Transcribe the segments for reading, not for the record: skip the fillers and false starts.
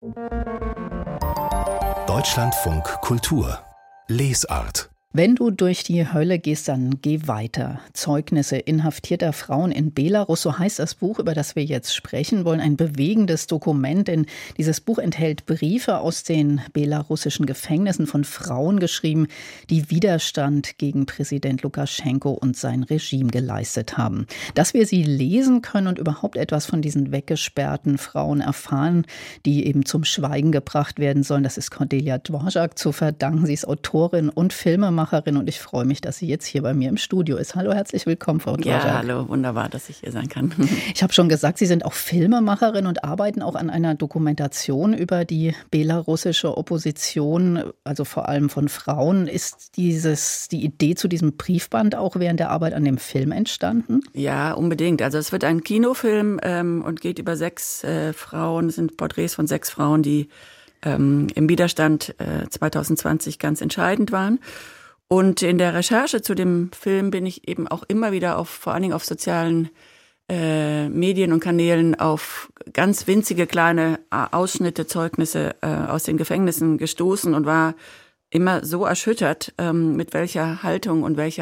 Deutschlandfunk Kultur Lesart. Wenn du durch die Hölle gehst, dann geh weiter. Zeugnisse inhaftierter Frauen in Belarus, so heißt das Buch, über das wir jetzt sprechen wollen. Ein bewegendes Dokument, denn dieses Buch enthält Briefe aus den belarussischen Gefängnissen von Frauen geschrieben, die Widerstand gegen Präsident Lukaschenko und sein Regime geleistet haben. Dass wir sie lesen können und überhaupt etwas von diesen weggesperrten Frauen erfahren, die eben zum Schweigen gebracht werden sollen, das ist Cordelia Dvorak zu verdanken. Sie ist Autorin und Filmemacherin. Und ich freue mich, dass sie jetzt hier bei mir im Studio ist. Hallo, herzlich willkommen, Frau Dvorak. Ja, hallo, wunderbar, dass ich hier sein kann. Ich habe schon gesagt, Sie sind auch Filmemacherin und arbeiten auch an einer Dokumentation über die belarussische Opposition, also vor allem von Frauen. Ist die Idee zu diesem Briefband auch während der Arbeit an dem Film entstanden? Ja, unbedingt. Also es wird ein Kinofilm und geht über 6 Frauen, es sind Porträts von 6 Frauen, die im Widerstand 2020 ganz entscheidend waren. Und in der Recherche zu dem Film bin ich eben auch immer wieder vor allen Dingen auf sozialen Medien und Kanälen auf ganz winzige kleine Ausschnitte, Zeugnisse aus den Gefängnissen gestoßen und war immer so erschüttert, mit welcher Haltung und mit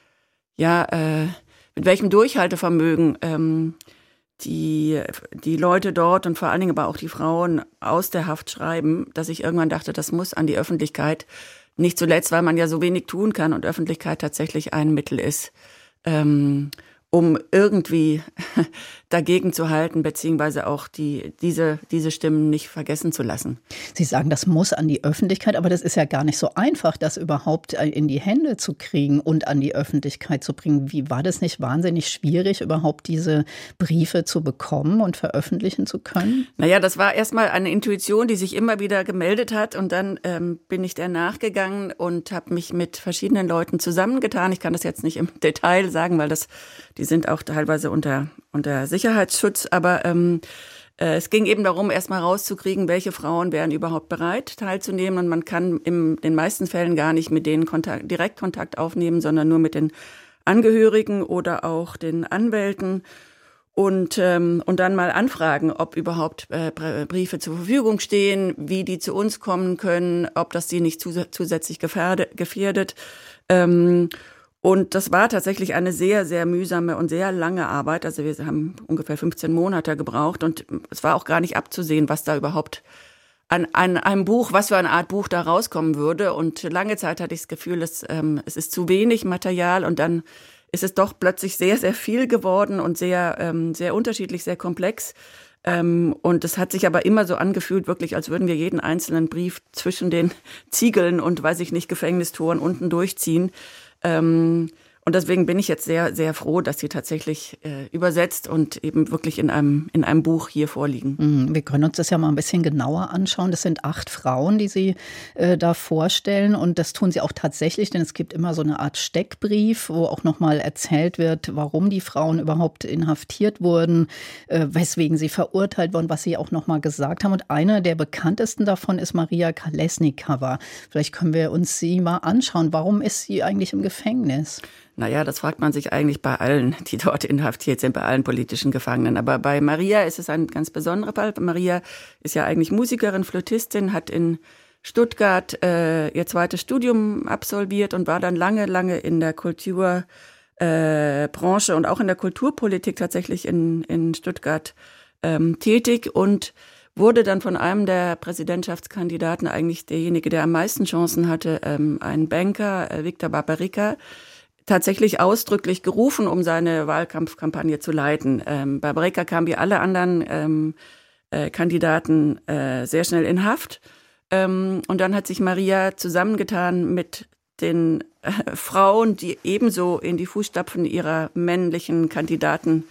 welchem Durchhaltevermögen die Leute dort und vor allen Dingen aber auch die Frauen aus der Haft schreiben, dass ich irgendwann dachte, das muss an die Öffentlichkeit. Nicht zuletzt, weil man ja so wenig tun kann und Öffentlichkeit tatsächlich ein Mittel ist, um irgendwie dagegen zu halten, beziehungsweise auch diese Stimmen nicht vergessen zu lassen. Sie sagen, das muss an die Öffentlichkeit, aber das ist ja gar nicht so einfach, das überhaupt in die Hände zu kriegen und an die Öffentlichkeit zu bringen. Wie war das nicht wahnsinnig schwierig, überhaupt diese Briefe zu bekommen und veröffentlichen zu können? Naja, das war erstmal eine Intuition, die sich immer wieder gemeldet hat und dann bin ich der nachgegangen und habe mich mit verschiedenen Leuten zusammengetan. Ich kann das jetzt nicht im Detail sagen, weil die sind auch teilweise unter Sicherheitsschutz, aber es ging eben darum, erstmal rauszukriegen, welche Frauen wären überhaupt bereit, teilzunehmen. Und man kann in den meisten Fällen gar nicht mit denen direkt Kontakt aufnehmen, sondern nur mit den Angehörigen oder auch den Anwälten und dann mal anfragen, ob überhaupt Briefe zur Verfügung stehen, wie die zu uns kommen können, ob das sie nicht zusätzlich gefährdet. Und das war tatsächlich eine sehr, sehr mühsame und sehr lange Arbeit. Also wir haben ungefähr 15 Monate gebraucht und es war auch gar nicht abzusehen, was da überhaupt an einem Buch, was für eine Art Buch da rauskommen würde. Und lange Zeit hatte ich das Gefühl, es ist zu wenig Material und dann ist es doch plötzlich sehr, sehr viel geworden und sehr, sehr unterschiedlich, sehr komplex. Und es hat sich aber immer so angefühlt, wirklich, als würden wir jeden einzelnen Brief zwischen den Ziegeln und, weiß ich nicht, Gefängnistoren unten durchziehen. Und deswegen bin ich jetzt sehr, sehr froh, dass sie tatsächlich übersetzt und eben wirklich in einem Buch hier vorliegen. Wir können uns das ja mal ein bisschen genauer anschauen. Das sind 8 Frauen, die Sie da vorstellen. Und das tun Sie auch tatsächlich, denn es gibt immer so eine Art Steckbrief, wo auch nochmal erzählt wird, warum die Frauen überhaupt inhaftiert wurden, weswegen sie verurteilt wurden, was sie auch nochmal gesagt haben. Und eine der bekanntesten davon ist Maria Kolesnikova. Vielleicht können wir uns sie mal anschauen. Warum ist sie eigentlich im Gefängnis? Naja, das fragt man sich eigentlich bei allen, die dort inhaftiert sind, bei allen politischen Gefangenen. Aber bei Maria ist es ein ganz besonderer Fall. Maria ist ja eigentlich Musikerin, Flötistin, hat in Stuttgart ihr zweites Studium absolviert und war dann lange, lange in der Kulturbranche und auch in der Kulturpolitik tatsächlich in Stuttgart tätig und wurde dann von einem der Präsidentschaftskandidaten, eigentlich derjenige, der am meisten Chancen hatte, ein Banker, Viktor Babarika, tatsächlich ausdrücklich gerufen, um seine Wahlkampfkampagne zu leiten. Babarika kam wie alle anderen Kandidaten sehr schnell in Haft. Und dann hat sich Maria zusammengetan mit den Frauen, die ebenso in die Fußstapfen ihrer männlichen Kandidaten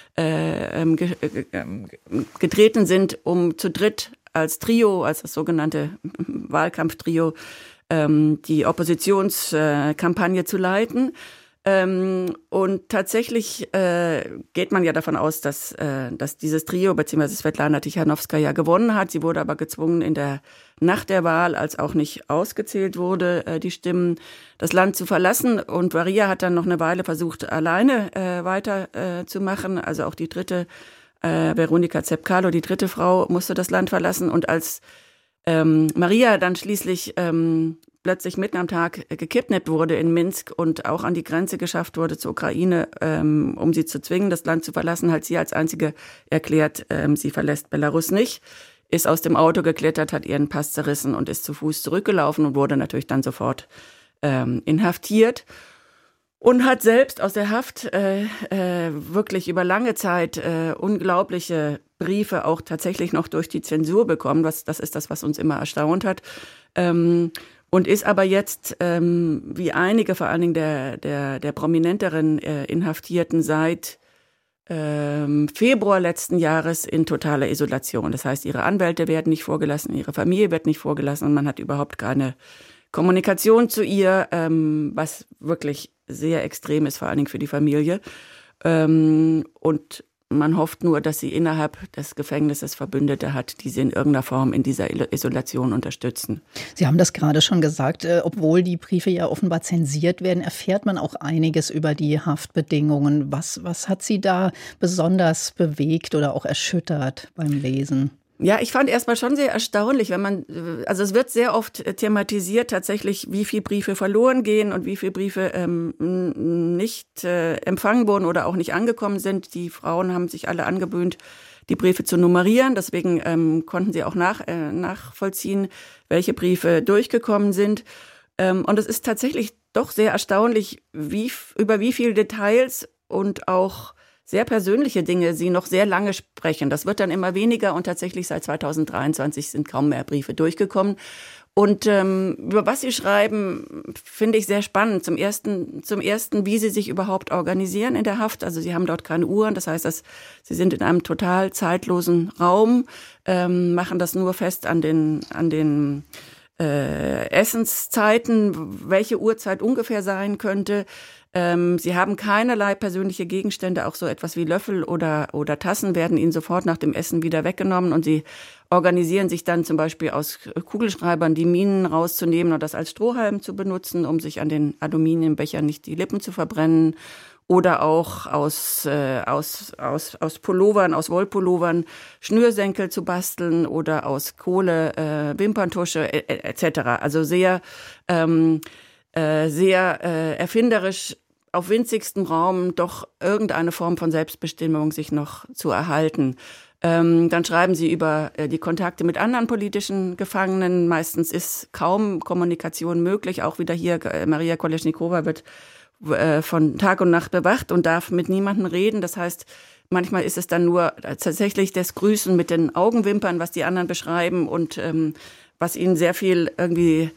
getreten sind, um zu dritt als Trio, als das sogenannte Wahlkampftrio, die Oppositionskampagne zu leiten. Und tatsächlich geht man ja davon aus, dass dieses Trio bzw. Svetlana Tichanowskaja gewonnen hat. Sie wurde aber gezwungen, in der Nacht der Wahl, als auch nicht ausgezählt wurde, die Stimmen, das Land zu verlassen. Und Maria hat dann noch eine Weile versucht, alleine weiter zu machen. Also auch die dritte Veronika Zepcalo, die dritte Frau, musste das Land verlassen. Und als Maria dann schließlich plötzlich mitten am Tag gekidnappt wurde in Minsk und auch an die Grenze geschafft wurde zur Ukraine, um sie zu zwingen, das Land zu verlassen, hat sie als Einzige erklärt, sie verlässt Belarus nicht, ist aus dem Auto geklettert, hat ihren Pass zerrissen und ist zu Fuß zurückgelaufen und wurde natürlich dann sofort inhaftiert. Und hat selbst aus der Haft wirklich über lange Zeit unglaubliche Briefe auch tatsächlich noch durch die Zensur bekommen. Das ist das, was uns immer erstaunt hat. Und ist aber jetzt, wie einige, vor allen Dingen der prominenteren Inhaftierten, seit Februar letzten Jahres in totaler Isolation. Das heißt, ihre Anwälte werden nicht vorgelassen, ihre Familie wird nicht vorgelassen und man hat überhaupt keine Kommunikation zu ihr, was wirklich sehr extrem ist, vor allen Dingen für die Familie. Und man hofft nur, dass sie innerhalb des Gefängnisses Verbündete hat, die sie in irgendeiner Form in dieser Isolation unterstützen. Sie haben das gerade schon gesagt, obwohl die Briefe ja offenbar zensiert werden, erfährt man auch einiges über die Haftbedingungen. Was hat Sie da besonders bewegt oder auch erschüttert beim Lesen? Ja, ich fand erstmal schon sehr erstaunlich, also es wird sehr oft thematisiert tatsächlich, wie viele Briefe verloren gehen und wie viele Briefe nicht empfangen wurden oder auch nicht angekommen sind. Die Frauen haben sich alle angewöhnt, die Briefe zu nummerieren. Deswegen konnten sie auch nachvollziehen, welche Briefe durchgekommen sind. Und es ist tatsächlich doch sehr erstaunlich, über wie viele Details und auch sehr persönliche Dinge sie noch sehr lange sprechen. Das wird dann immer weniger und tatsächlich seit 2023 sind kaum mehr Briefe durchgekommen. Und über was sie schreiben, finde ich sehr spannend. Zum ersten, wie sie sich überhaupt organisieren in der Haft. Also sie haben dort keine Uhren, das heißt, sie sind in einem total zeitlosen Raum, machen das nur fest an den Essenszeiten, welche Uhrzeit ungefähr sein könnte. Sie haben keinerlei persönliche Gegenstände, auch so etwas wie Löffel oder Tassen werden ihnen sofort nach dem Essen wieder weggenommen und sie organisieren sich dann zum Beispiel aus Kugelschreibern die Minen rauszunehmen und das als Strohhalm zu benutzen, um sich an den Aluminiumbechern nicht die Lippen zu verbrennen oder auch aus Pullovern, aus Wollpullovern Schnürsenkel zu basteln oder aus Kohle Wimperntusche etc. Also sehr erfinderisch auf winzigstem Raum doch irgendeine Form von Selbstbestimmung sich noch zu erhalten. Dann schreiben sie über die Kontakte mit anderen politischen Gefangenen. Meistens ist kaum Kommunikation möglich. Auch wieder hier, Maria Koleschnikova wird von Tag und Nacht bewacht und darf mit niemandem reden. Das heißt, manchmal ist es dann nur tatsächlich das Grüßen mit den Augenwimpern, was die anderen beschreiben und was ihnen sehr viel irgendwie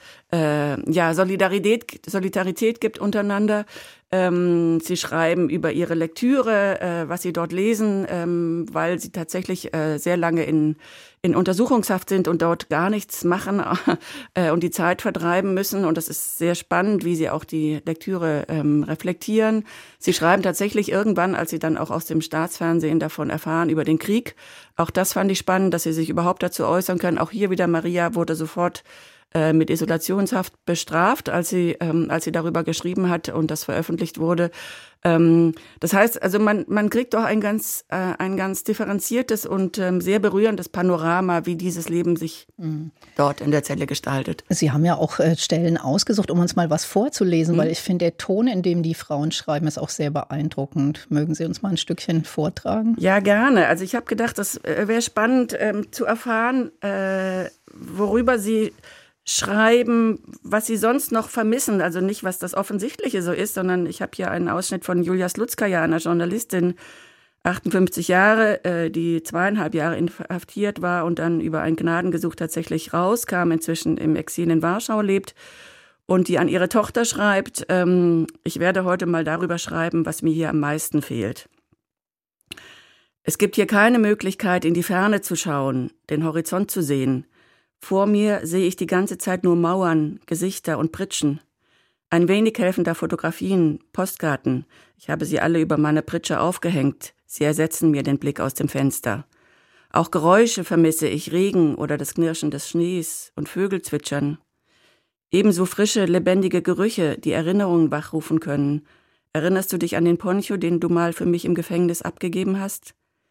Solidarität gibt untereinander. Sie schreiben über ihre Lektüre, was sie dort lesen, weil sie tatsächlich sehr lange in Untersuchungshaft sind und dort gar nichts machen und die Zeit vertreiben müssen. Und das ist sehr spannend, wie sie auch die Lektüre reflektieren. Sie schreiben tatsächlich irgendwann, als sie dann auch aus dem Staatsfernsehen davon erfahren, über den Krieg. Auch das fand ich spannend, dass sie sich überhaupt dazu äußern können. Auch hier wieder, Maria wurde sofort mit Isolationshaft bestraft, als sie darüber geschrieben hat und das veröffentlicht wurde. Das heißt, also man kriegt doch ein ganz differenziertes und sehr berührendes Panorama, wie dieses Leben sich dort in der Zelle gestaltet. Sie haben ja auch Stellen ausgesucht, um uns mal was vorzulesen, weil ich finde, der Ton, in dem die Frauen schreiben, ist auch sehr beeindruckend. Mögen Sie uns mal ein Stückchen vortragen? Ja, gerne. Also ich habe gedacht, das wäre spannend zu erfahren, worüber Sie schreiben, was sie sonst noch vermissen. Also nicht, was das Offensichtliche so ist, sondern ich habe hier einen Ausschnitt von Julia Slutskaja, einer Journalistin, 58 Jahre, die 2,5 Jahre inhaftiert war und dann über ein Gnadengesuch tatsächlich rauskam, inzwischen im Exil in Warschau lebt und die an ihre Tochter schreibt, ich werde heute mal darüber schreiben, was mir hier am meisten fehlt. Es gibt hier keine Möglichkeit, in die Ferne zu schauen, den Horizont zu sehen. Vor mir sehe ich die ganze Zeit nur Mauern, Gesichter und Pritschen. Ein wenig helfender Fotografien, Postkarten. Ich habe sie alle über meine Pritsche aufgehängt. Sie ersetzen mir den Blick aus dem Fenster. Auch Geräusche vermisse ich, Regen oder das Knirschen des Schnees und Vögel zwitschern. Ebenso frische, lebendige Gerüche, die Erinnerungen wachrufen können. Erinnerst du dich an den Poncho, den du mal für mich im Gefängnis abgegeben hast?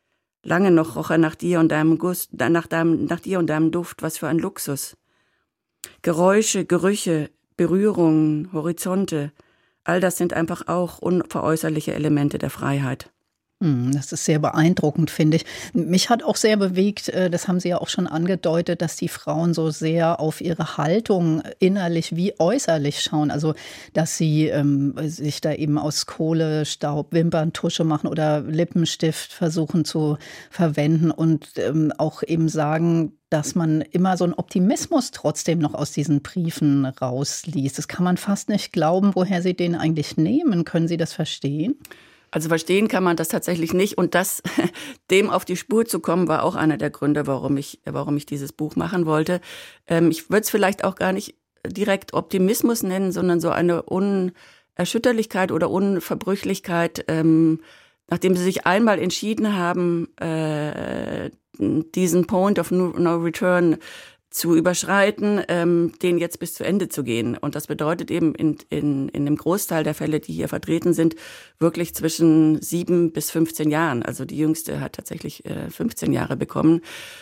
Lange noch roch er nach dir und deinem Guss, nach dir und deinem Duft, was für ein Luxus. Geräusche, Gerüche, Berührungen, Horizonte, all das sind einfach auch unveräußerliche Elemente der Freiheit. Das ist sehr beeindruckend, finde ich. Mich hat auch sehr bewegt, das haben Sie ja auch schon angedeutet, dass die Frauen so sehr auf ihre Haltung innerlich wie äußerlich schauen. Also, dass sie sich da eben aus Kohlestaub Wimperntusche machen oder Lippenstift versuchen zu verwenden und auch eben sagen, dass man immer so einen Optimismus trotzdem noch aus diesen Briefen rausliest. Das kann man fast nicht glauben, woher Sie den eigentlich nehmen. Können Sie das verstehen? Also verstehen kann man das tatsächlich nicht. Und dem auf die Spur zu kommen, war auch einer der Gründe, warum ich dieses Buch machen wollte. Ich würde es vielleicht auch gar nicht direkt Optimismus nennen, sondern so eine Unerschütterlichkeit oder Unverbrüchlichkeit, nachdem sie sich einmal entschieden haben, diesen Point of No Return zu überschreiten, den jetzt bis zu Ende zu gehen. Und das bedeutet eben in dem Großteil der Fälle, die hier vertreten sind, wirklich zwischen 7 bis 15 Jahren. Also die Jüngste hat tatsächlich 15 Jahre bekommen.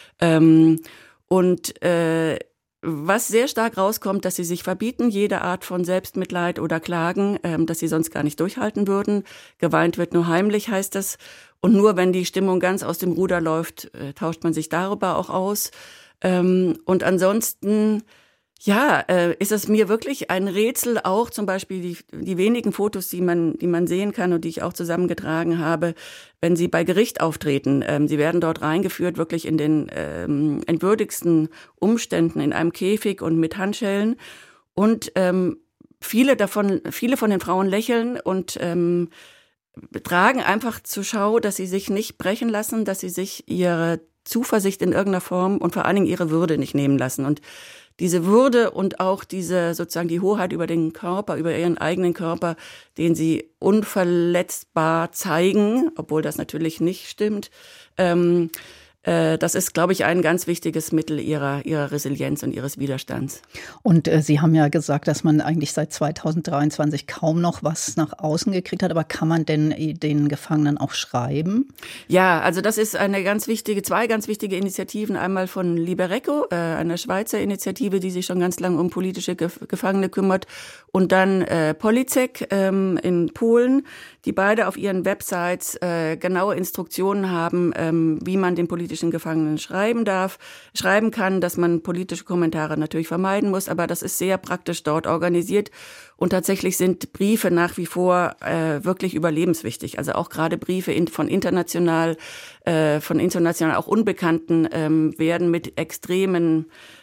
Was sehr stark rauskommt, dass sie sich verbieten, jede Art von Selbstmitleid oder Klagen, dass sie sonst gar nicht durchhalten würden. Geweint wird nur heimlich, heißt es. Und nur wenn die Stimmung ganz aus dem Ruder läuft, tauscht man sich darüber auch aus. Und ansonsten, ist es mir wirklich ein Rätsel, auch zum Beispiel die wenigen Fotos, die man sehen kann und die ich auch zusammengetragen habe, wenn sie bei Gericht auftreten. Sie werden dort reingeführt, wirklich in den entwürdigsten Umständen, in einem Käfig und mit Handschellen. Und viele von den Frauen lächeln und tragen einfach zur Schau, dass sie sich nicht brechen lassen, dass sie sich ihre Zuversicht in irgendeiner Form und vor allen Dingen ihre Würde nicht nehmen lassen. Und diese Würde und auch diese sozusagen die Hoheit über den Körper, über ihren eigenen Körper, den sie unverletzbar zeigen, obwohl das natürlich nicht stimmt, das ist, glaube ich, ein ganz wichtiges Mittel ihrer Resilienz und ihres Widerstands. Und Sie haben ja gesagt, dass man eigentlich seit 2023 kaum noch was nach außen gekriegt hat. Aber kann man denn den Gefangenen auch schreiben? Ja, also das ist zwei ganz wichtige Initiativen. Einmal von Liberecco, einer Schweizer Initiative, die sich schon ganz lange um politische Gefangene kümmert. Und dann Polizek in Polen, die beide auf ihren Websites genaue Instruktionen haben, wie man den politischen Gefangenen schreiben kann, dass man politische Kommentare natürlich vermeiden muss, aber das ist sehr praktisch dort organisiert und tatsächlich sind Briefe nach wie vor wirklich überlebenswichtig. Also auch gerade Briefe von international auch Unbekannten werden mit extremer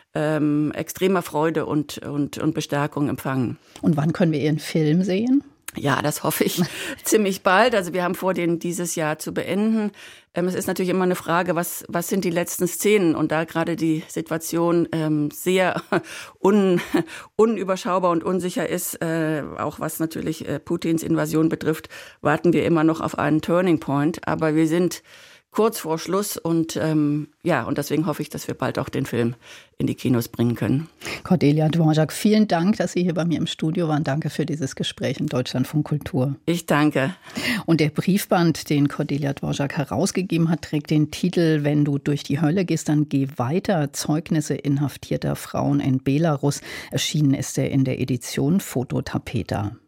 Freude und Bestärkung empfangen. Und wann können wir Ihren Film sehen? Ja, das hoffe ich ziemlich bald. Also wir haben vor, den dieses Jahr zu beenden. Es ist natürlich immer eine Frage, was sind die letzten Szenen? Und da gerade die Situation sehr unüberschaubar und unsicher ist, auch was natürlich Putins Invasion betrifft, warten wir immer noch auf einen Turning Point. Aber wir sind kurz vor Schluss und und deswegen hoffe ich, dass wir bald auch den Film in die Kinos bringen können. Cordelia Dvorak, vielen Dank, dass Sie hier bei mir im Studio waren. Danke für dieses Gespräch in Deutschlandfunk Kultur. Ich danke. Und der Briefband, den Cordelia Dvorak herausgegeben hat, trägt den Titel "Wenn du durch die Hölle gehst, dann geh weiter. Zeugnisse inhaftierter Frauen in Belarus". Erschienen ist er in der Edition Phototapeta.